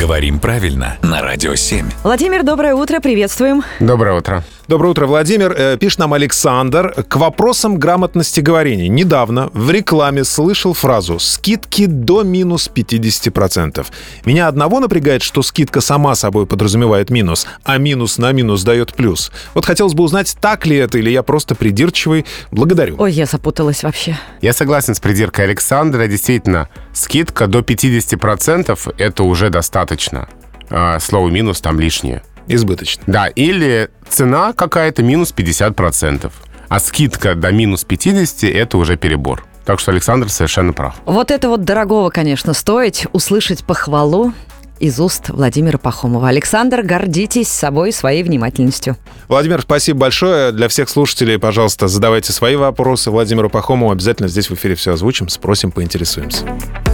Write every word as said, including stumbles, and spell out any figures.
Говорим правильно на Радио семь. Владимир, доброе утро, приветствуем. Доброе утро. Доброе утро, Владимир. Э, пишет нам Александр. К вопросам грамотности говорения. Недавно в рекламе слышал фразу «скидки до минус пятьдесят процентов». Меня одного напрягает, что скидка сама собой подразумевает минус, а минус на минус дает плюс. Вот хотелось бы узнать, так ли это, или я просто придирчивый. Благодарю. Ой, я запуталась вообще. Я согласен с придиркой Александра. Действительно, скидка до пятьдесят процентов — это уже достаточно. А, слово «минус» там лишнее. Избыточно. Да, или цена какая-то минус пятьдесят процентов. А скидка до минус пятьдесят — это уже перебор. Так что Александр совершенно прав. Вот это вот дорогого, конечно, стоить услышать похвалу из уст Владимира Пахомова. Александр, гордитесь собой, своей внимательностью. Владимир, спасибо большое. Для всех слушателей, пожалуйста, задавайте свои вопросы Владимиру Пахомову. Обязательно здесь в эфире все озвучим, спросим, поинтересуемся.